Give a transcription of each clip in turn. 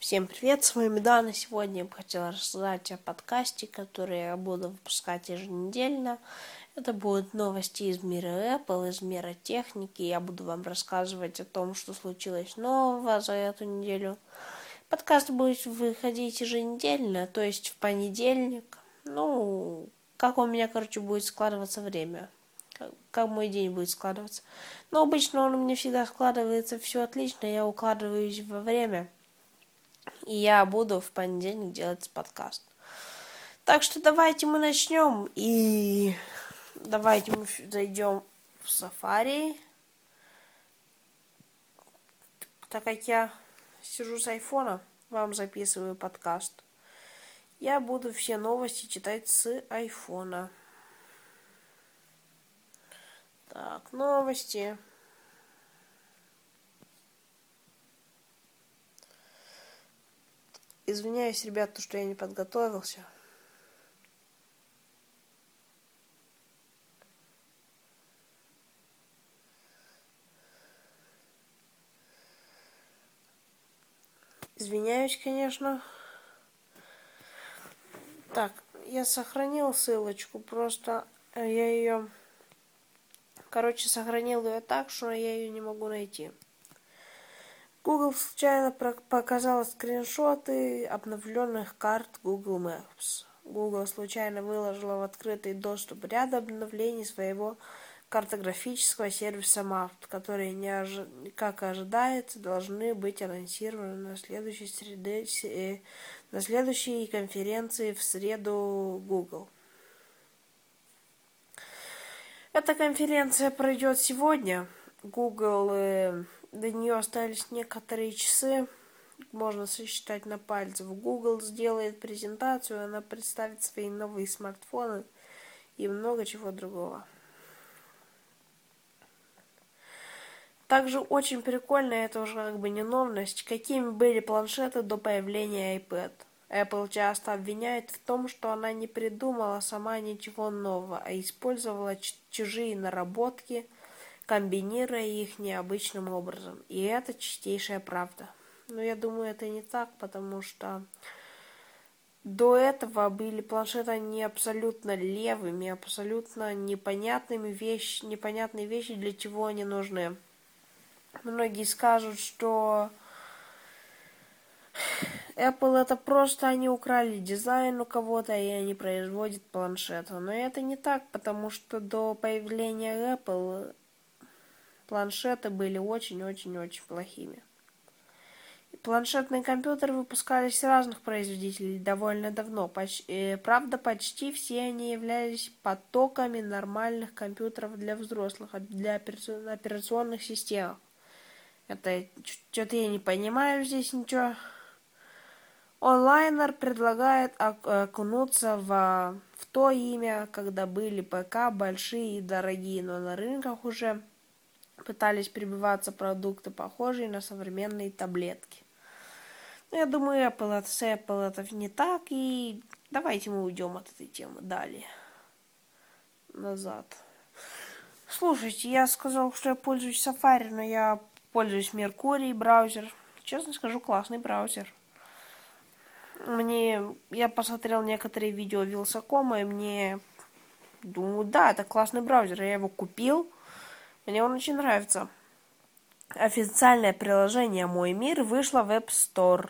Всем привет, с вами Дана. Сегодня я бы хотела рассказать о подкасте, который я буду выпускать еженедельно. Это будут новости из мира Apple, из мира техники. Я буду вам рассказывать о том, что случилось нового за эту неделю. Подкаст будет выходить еженедельно, то есть в понедельник. Как у меня, будет складываться время. Как мой день будет складываться. Но обычно он у меня всегда складывается все отлично, я укладываюсь во время. И я буду в понедельник делать подкаст. Так что давайте мы начнем. И давайте мы зайдем в Safari. Так как я сижу с айфона, вам записываю подкаст. Я буду все новости читать с айфона. Так, новости. Извиняюсь, ребят, что я не подготовился. Извиняюсь, конечно. Так, я сохранил ссылочку, просто я ее... сохранил ее так, что я ее не могу найти. Google случайно показала скриншоты обновленных карт Google Maps. Google случайно выложила в открытый доступ ряд обновлений своего картографического сервиса Maps, которые, как ожидается, должны быть анонсированы на следующей конференции в среду Google. Эта конференция пройдет сегодня. Google, до нее остались некоторые часы. Можно сосчитать на пальцах. Google сделает презентацию, она представит свои новые смартфоны и много чего другого. Также очень прикольно, это уже не новость, какими были планшеты до появления iPad. Apple часто обвиняет в том, что она не придумала сама ничего нового, а использовала чужие наработки, комбинируя их необычным образом. И это чистейшая правда. Но я думаю, это не так, потому что до этого были планшеты не абсолютно левыми, абсолютно непонятные вещи, для чего они нужны. Многие скажут, что Apple это просто они украли дизайн у кого-то, и они производят планшеты. Но это не так, потому что до появления Apple планшеты были очень-очень-очень плохими. Планшетные компьютеры выпускались с разных производителей довольно давно. Правда, почти все они являлись потоками нормальных компьютеров для взрослых, для операционных систем. Это что-то я не понимаю здесь ничего. Онлайнер предлагает окунуться в то имя, когда были ПК большие и дорогие, но на рынках уже пытались прибиваться продукты, похожие на современные таблетки. Но я думаю, с Apple это не так, и давайте мы уйдем от этой темы далее. Назад. Слушайте, я сказал, что я пользуюсь Safari, но я пользуюсь Mercury браузер. Честно скажу, классный браузер. Я посмотрел некоторые видео Вилсакома, и думаю, да, это классный браузер. Я его купил, мне он очень нравится. Официальное приложение «Мой мир» вышло в App Store.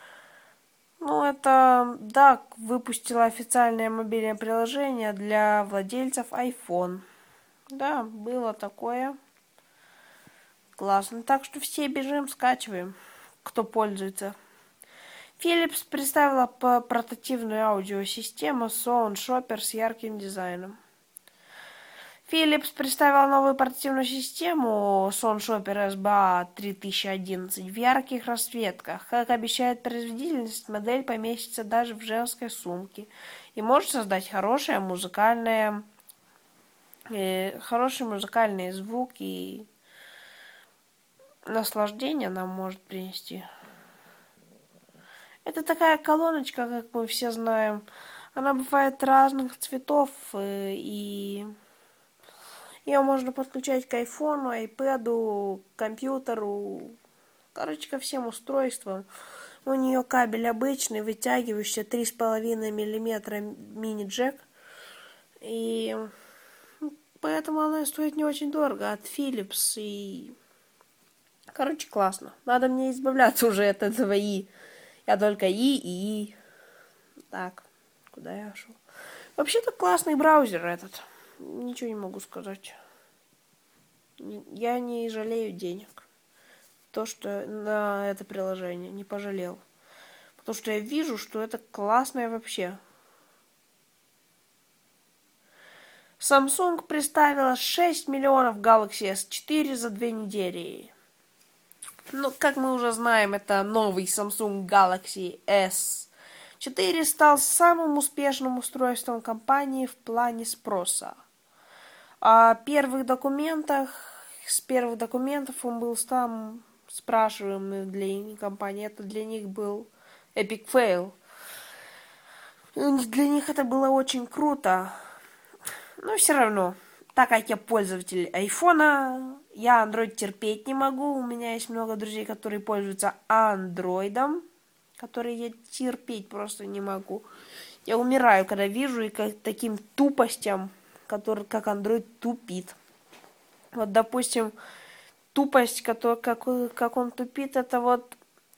Выпустила официальное мобильное приложение для владельцев iPhone. Да, было такое. Классно. Так что все бежим, скачиваем, кто пользуется. Philips представила портативную аудиосистему Sound Shopper с ярким дизайном. Philips представила новую портативную систему Sound Shopper SBA 3011 в ярких расцветках. Как обещает производительность, модель поместится даже в женской сумке и может создать хороший музыкальный звук и наслаждение нам может принести. Это такая колоночка, как мы все знаем. Она бывает разных цветов, и ее можно подключать к айфону, айпэду, компьютеру, ко всем устройствам. У нее кабель обычный, вытягивающийся 3,5 миллиметра мини-джек. И поэтому она стоит не очень дорого от Philips. И короче, классно. Надо мне избавляться уже от этого И. Я только И. Так, куда я шел? Вообще-то классный браузер этот. Ничего не могу сказать. Я не жалею денег. То, что на это приложение не пожалел. Потому что я вижу, что это классное вообще. Samsung представила 6 миллионов Galaxy S4 за 2 недели. Ну, как мы уже знаем, это новый Samsung Galaxy S4 стал самым успешным устройством компании в плане спроса. С первых документов он был самым спрашиваемым для компании. Это для них был epic fail. Для них это было очень круто. Но все равно, так как я пользователь айфона, я Android терпеть не могу. У меня есть много друзей, которые пользуются андроидом, которые я терпеть просто не могу. Я умираю, когда вижу и как таким тупостям, как Android тупит. Вот, допустим, тупость, как он тупит, это вот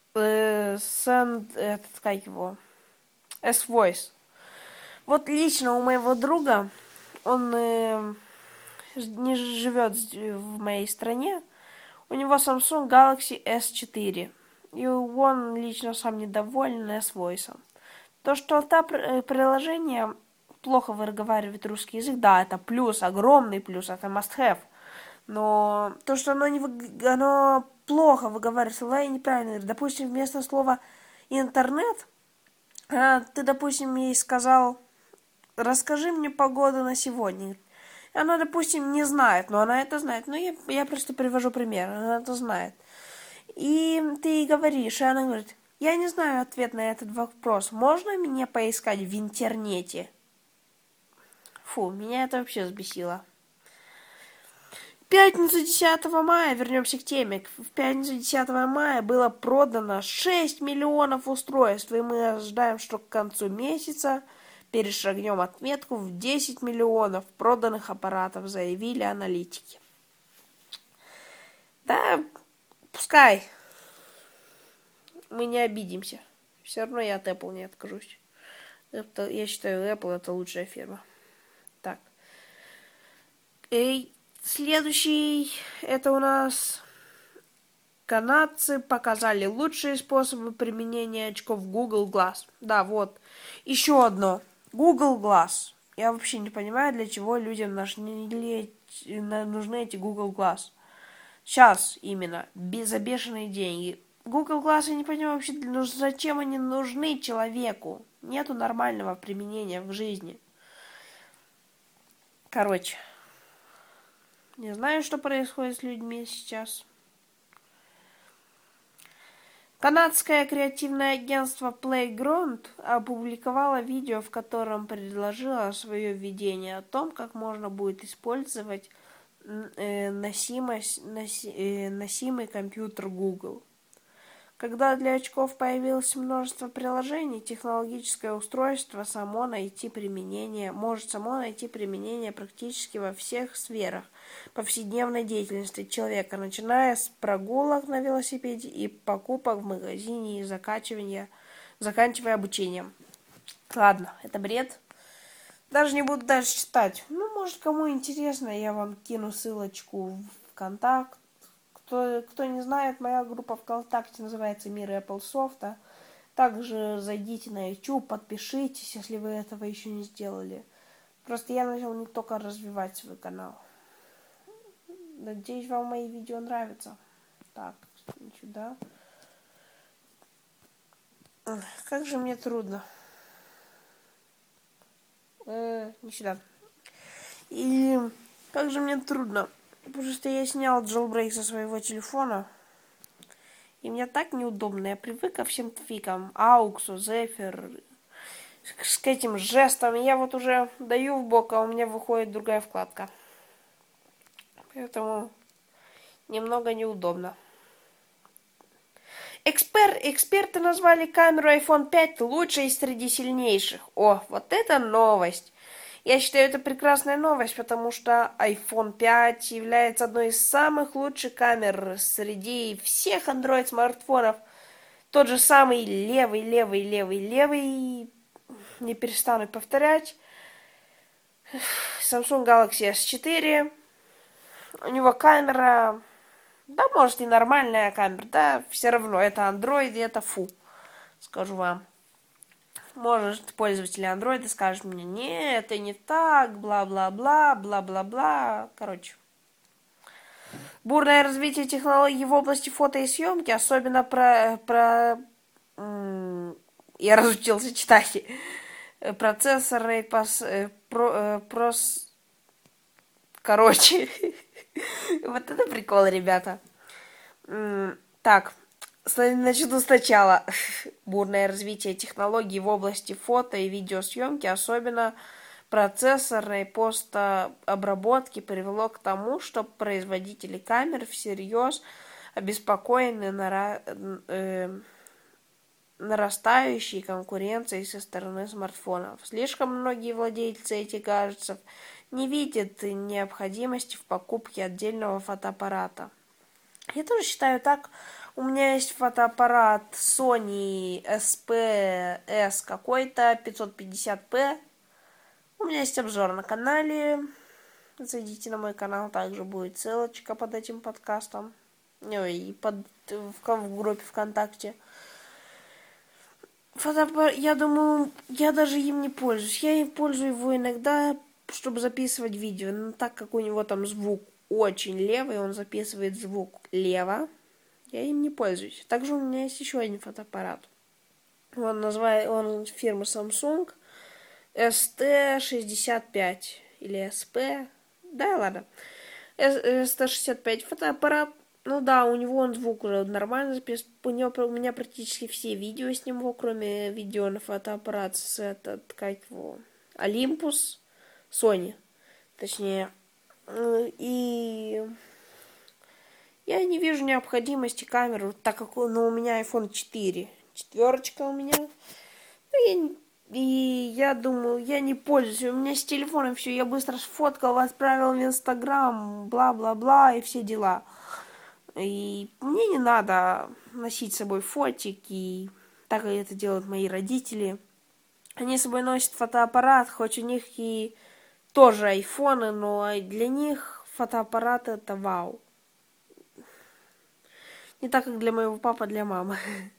S-Voice. Вот лично у моего друга, он не живет в моей стране, у него Samsung Galaxy S4. И он лично сам недоволен S-Voice. То, что это приложение плохо выговаривает русский язык, да, это плюс, огромный плюс, это must-have. Но то, что оно плохо выговаривает слова и неправильно. Допустим, вместо слова интернет, ты, допустим, ей сказал, расскажи мне погоду на сегодня. Она, допустим, не знает, но она это знает. Ну, я просто привожу пример, она это знает. И ты ей говоришь, и она говорит, я не знаю ответ на этот вопрос. Можно мне поискать в интернете? Фу, меня это вообще взбесило. В пятницу 10 мая, вернемся к теме, в пятницу 10 мая было продано 6 миллионов устройств, и мы ожидаем, что к концу месяца перешагнем отметку в 10 миллионов проданных аппаратов, заявили аналитики. Да, пускай. Мы не обидимся. Все равно я от Apple не откажусь. Я считаю, Apple это лучшая фирма. Так. И следующий, это у нас канадцы показали лучшие способы применения очков Google Glass. Да, вот. Еще одно. Google Glass. Я вообще не понимаю, для чего людям нужны эти Google Glass. Сейчас именно. За бешеные деньги. Google Glass, я не понимаю вообще, зачем они нужны человеку. Нету нормального применения в жизни. Короче. Не знаю, что происходит с людьми сейчас. Канадское креативное агентство Playground опубликовало видео, в котором предложило свое видение о том, как можно будет использовать носимый компьютер Google. Когда для очков появилось множество приложений, технологическое устройство может само найти применение практически во всех сферах повседневной деятельности человека, начиная с прогулок на велосипеде и покупок в магазине и заканчивая обучением. Ладно, это бред. Даже не буду дальше читать. Ну, может, кому интересно, я вам кину ссылочку в ВКонтакт. Кто не знает, моя группа ВКонтакте называется «Мир Apple Soft». Также зайдите на YouTube, подпишитесь, если вы этого еще не сделали. Просто я начал не только развивать свой канал. Надеюсь, вам мои видео нравятся. Так, сюда. Как же мне трудно. Не сюда. И как же мне трудно. Потому что я снял jailbreak со своего телефона. И мне так неудобно. Я привык ко всем твикам. Ауксу, Zephyr. К этим жестам. Я вот уже даю в бок, а у меня выходит другая вкладка. Поэтому немного неудобно. Эксперты назвали камеру iPhone 5 лучшей среди сильнейших. О, вот это новость! Я считаю, это прекрасная новость, потому что iPhone 5 является одной из самых лучших камер среди всех Android-смартфонов. Тот же самый левый, не перестану повторять, Samsung Galaxy S4. У него камера, да, может, и нормальная камера, да, все равно, это Android, и это фу, скажу вам. Может, пользователи Android скажут мне, нет, это не так, бла-бла-бла, бла-бла-бла. Короче. Бурное развитие технологий в области фото и съемки, особенно я разучился читать. Процессорный короче. Вот это прикол, ребята. Так. Начну сначала. Бурное развитие технологий в области фото и видеосъемки, особенно процессорной постобработки, привело к тому, что производители камер всерьез обеспокоены нарастающей конкуренцией со стороны смартфонов. Слишком многие владельцы этих гаджетов не видят необходимости в покупке отдельного фотоаппарата. Я тоже считаю так. У меня есть фотоаппарат Sony SPS какой-то 550p. У меня есть обзор на канале. Зайдите на мой канал, также будет ссылочка под этим подкастом. И в группе ВКонтакте. Я думаю, я даже им не пользуюсь. Я пользую его иногда, чтобы записывать видео. Но так как у него там звук очень левый, он записывает звук лево, я им не пользуюсь. Также у меня есть еще один фотоаппарат. Он фирмы Samsung ST65 или SP. Да, ладно. ST65 фотоаппарат. Ну да, у него он звук уже нормально записывает. У меня практически все видео с него, кроме видео на фотоаппарат с Olympus Sony. Точнее. И я не вижу необходимости камеры, так как у меня iPhone 4. Четверочка у меня. Я думаю, я не пользуюсь. У меня с телефоном все. Я быстро сфоткал, отправил в Инстаграм, бла-бла-бла и все дела. И мне не надо носить с собой фотики, так как это делают мои родители. Они с собой носят фотоаппарат, хоть у них и тоже айфоны, но для них фотоаппарат это вау. Не так, как для моего папы, для мамы.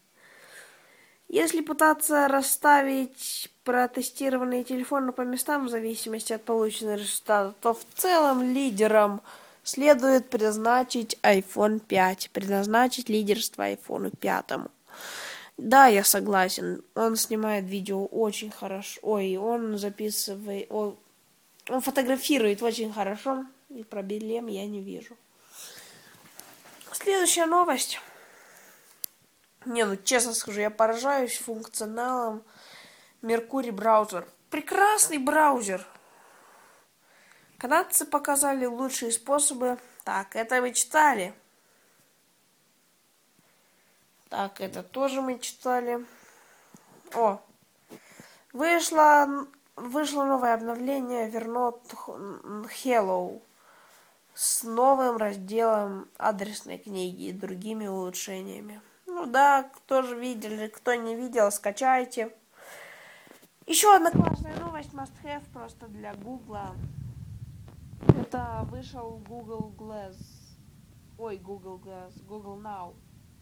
Если пытаться расставить протестированные телефоны по местам в зависимости от полученных результатов, то в целом лидером следует предназначить iPhone 5, предназначить лидерство iPhone 5. Да, я согласен, он снимает видео очень хорошо, он записывает, он фотографирует очень хорошо, и проблем я не вижу. Следующая новость. Честно скажу, я поражаюсь функционалом Mercury браузер. Прекрасный браузер. Канадцы показали лучшие способы. Так, это вы читали. Так, это тоже мы читали. Вышло новое обновление Evernote Hello с новым разделом адресной книги и другими улучшениями. Кто же видел, кто не видел, скачайте. Еще одна классная новость, must have просто для Гугла. Это вышел Google Now.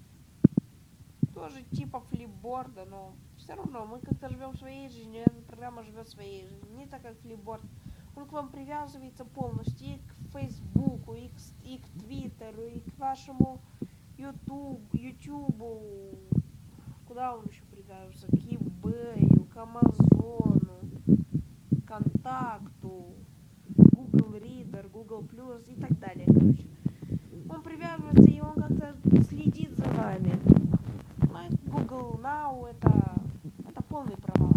Тоже типа флипборда, но все равно мы как-то живем своей жизнью, эта программа живет своей жизнью. Не так, как флипборд. Он к вам привязывается полностью и к Фейсбуку, и к Твиттеру, и к вашему Ютубу. Куда он еще привяжется? К eBay, к Амазону, Контакту, Google Reader, Google Plus и так далее. Он привязывается и он как-то следит за вами. Google Now это полный провал.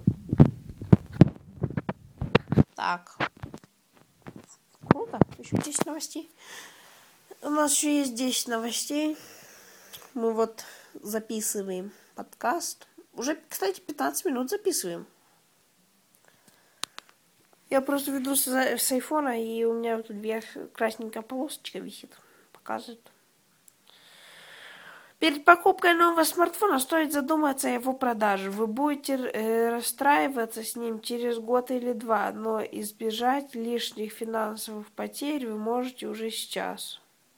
Так. Круто. Еще 10 новостей. У нас еще есть 10 новостей. Мы записываем подкаст. Уже, кстати, 15 минут записываем. Я просто веду с айфона, и у меня тут вверх красненькая полосочка висит. Показывает. Перед покупкой нового смартфона стоит задуматься о его продаже. Вы будете расстраиваться с ним через год или два, но избежать лишних финансовых потерь вы можете уже сейчас.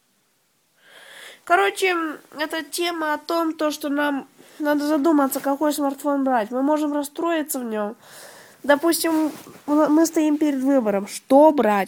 Короче, это тема о том, что нам надо задуматься, какой смартфон брать. Мы можем расстроиться в нем. Допустим, мы стоим перед выбором, что брать.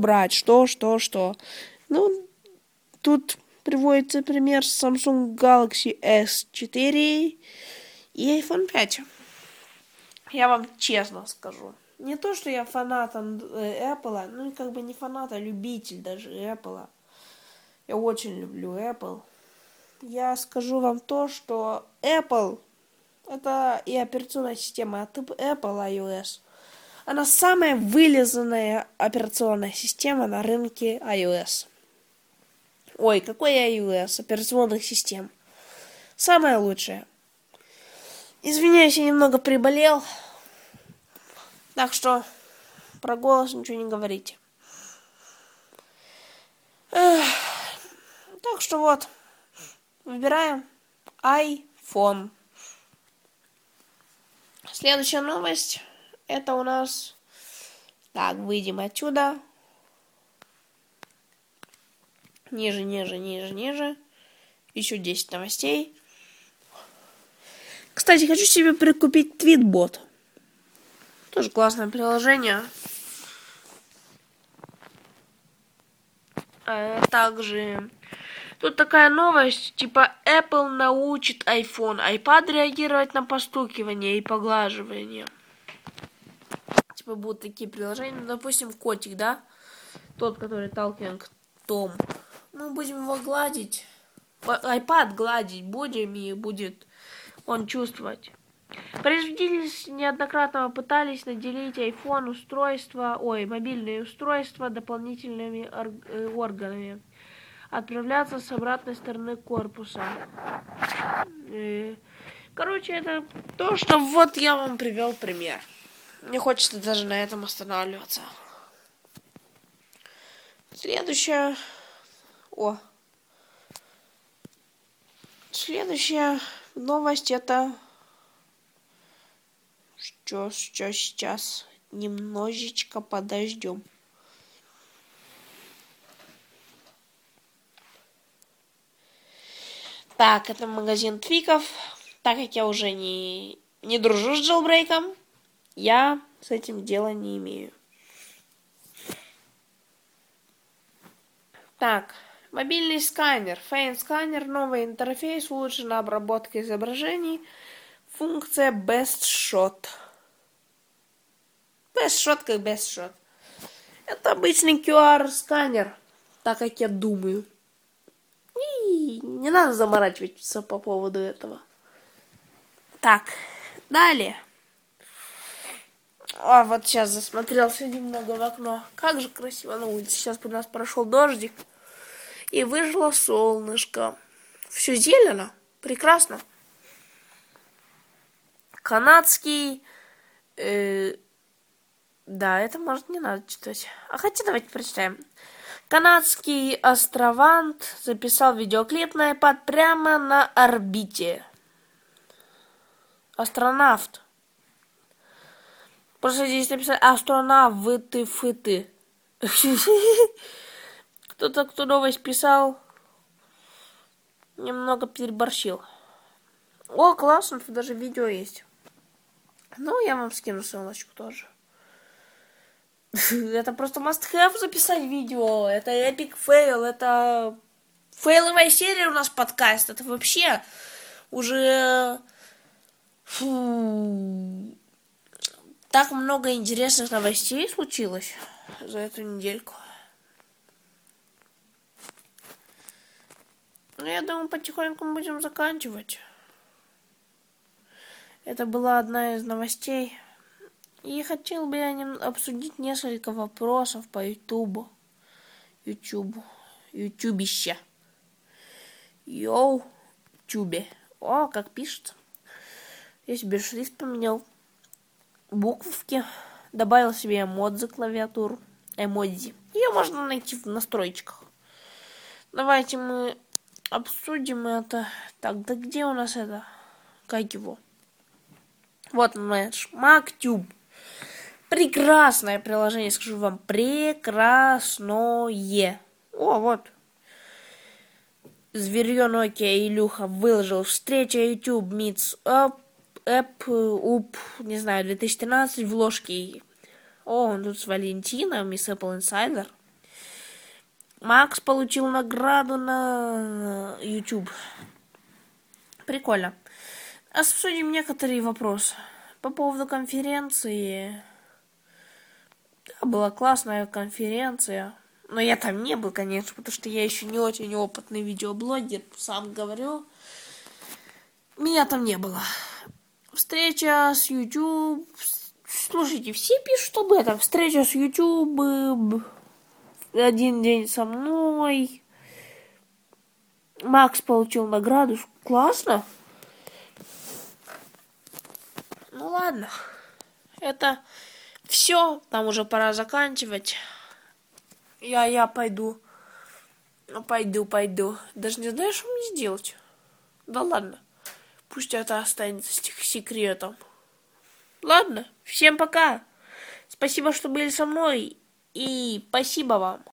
Ну, тут приводится пример Samsung Galaxy S4 и iPhone 5. Я вам честно скажу. Не то, что я фанат Apple, ну, как бы не фанат, а любитель даже Apple. Я очень люблю Apple. Я скажу вам то, что Apple это и операционная система от Apple iOS. Она самая вылизанная операционная система на рынке iOS. Ой, какой iOS? Операционных систем. Самая лучшая. Извиняюсь, я немного приболел. Так что про голос ничего не говорите. Так что вот. Выбираем iPhone. Следующая новость. Это у нас... Так, выйдем отсюда. Ниже. Еще 10 новостей. Кстати, хочу себе прикупить Tweetbot. Тоже классное приложение. Также... Тут такая новость, типа Apple научит iPhone, iPad реагировать на постукивание и поглаживание. Типа будут такие приложения, допустим, котик, да? Тот, который Talking Tom. Мы будем его гладить. iPad гладить будем, и будет он чувствовать. Производители неоднократно пытались наделить мобильные устройства дополнительными органами. Отправляться с обратной стороны корпуса. Короче, это то, что вот я вам привел пример. Не хочется даже на этом останавливаться. Следующая новость это... Что сейчас? Немножечко подождем. Так, это магазин твиков. Так как я уже не дружу с джелбрейком, я с этим дела не имею. Так, мобильный сканер. Фейн-сканер, новый интерфейс, улучшена обработка изображений, функция Best Shot. Best Shot как Best Shot. Это обычный QR-сканер, так как я думаю. И не надо заморачиваться по поводу этого. Так, далее. Вот сейчас засмотрелся немного в окно. Как же красиво на улице. Сейчас у нас прошел дождик. И вышло солнышко. Все зелено. Прекрасно. Канадский... Да, это, может, не надо читать. Хотя давайте прочитаем. Канадский астронавт записал видеоклип на iPad прямо на орбите. Астронавт. Просто здесь написано астронавты. Кто новость писал, немного переборщил. Классно, тут даже видео есть. Ну, я вам скину ссылочку тоже. Это просто must-have записать видео. Это epic fail. Это фейловая серия у нас подкаст. Это вообще уже... Так много интересных новостей случилось за эту недельку. Ну, я думаю, потихоньку будем заканчивать. Это была одна из новостей. И хотел бы я обсудить несколько вопросов по ютубище. Йоу, тюбе. О, как пишется. Я себе шрифт поменял. Буковки. Добавил себе эмодзи клавиатуру. Эмодзи. Ее можно найти в настройках. Давайте мы обсудим это. Так, да где у нас это? Как его? Вот наш MacTube. Прекрасное приложение, скажу вам. Прекрасное. О, вот. Зверье Nokia Илюха выложил встреча YouTube Meets Up, не знаю, 2013 в ложке. О, он тут с Валентином, Miss Apple Insider. Макс получил награду на YouTube. Прикольно. Обсудим некоторые вопросы. По поводу конференции. Да, была классная конференция. Но я там не был, конечно, потому что я еще не очень опытный видеоблогер. Сам говорю. Меня там не было. Встреча с YouTube. Слушайте, все пишут об этом. Встреча с YouTube. Один день со мной. Макс получил награду. Классно. Ну ладно. Это все. Там уже пора заканчивать. Я пойду. Ну, пойду. Даже не знаю, что мне сделать. Да ладно. Пусть это останется секретом. Ладно. Всем пока. Спасибо, что были со мной. И спасибо вам.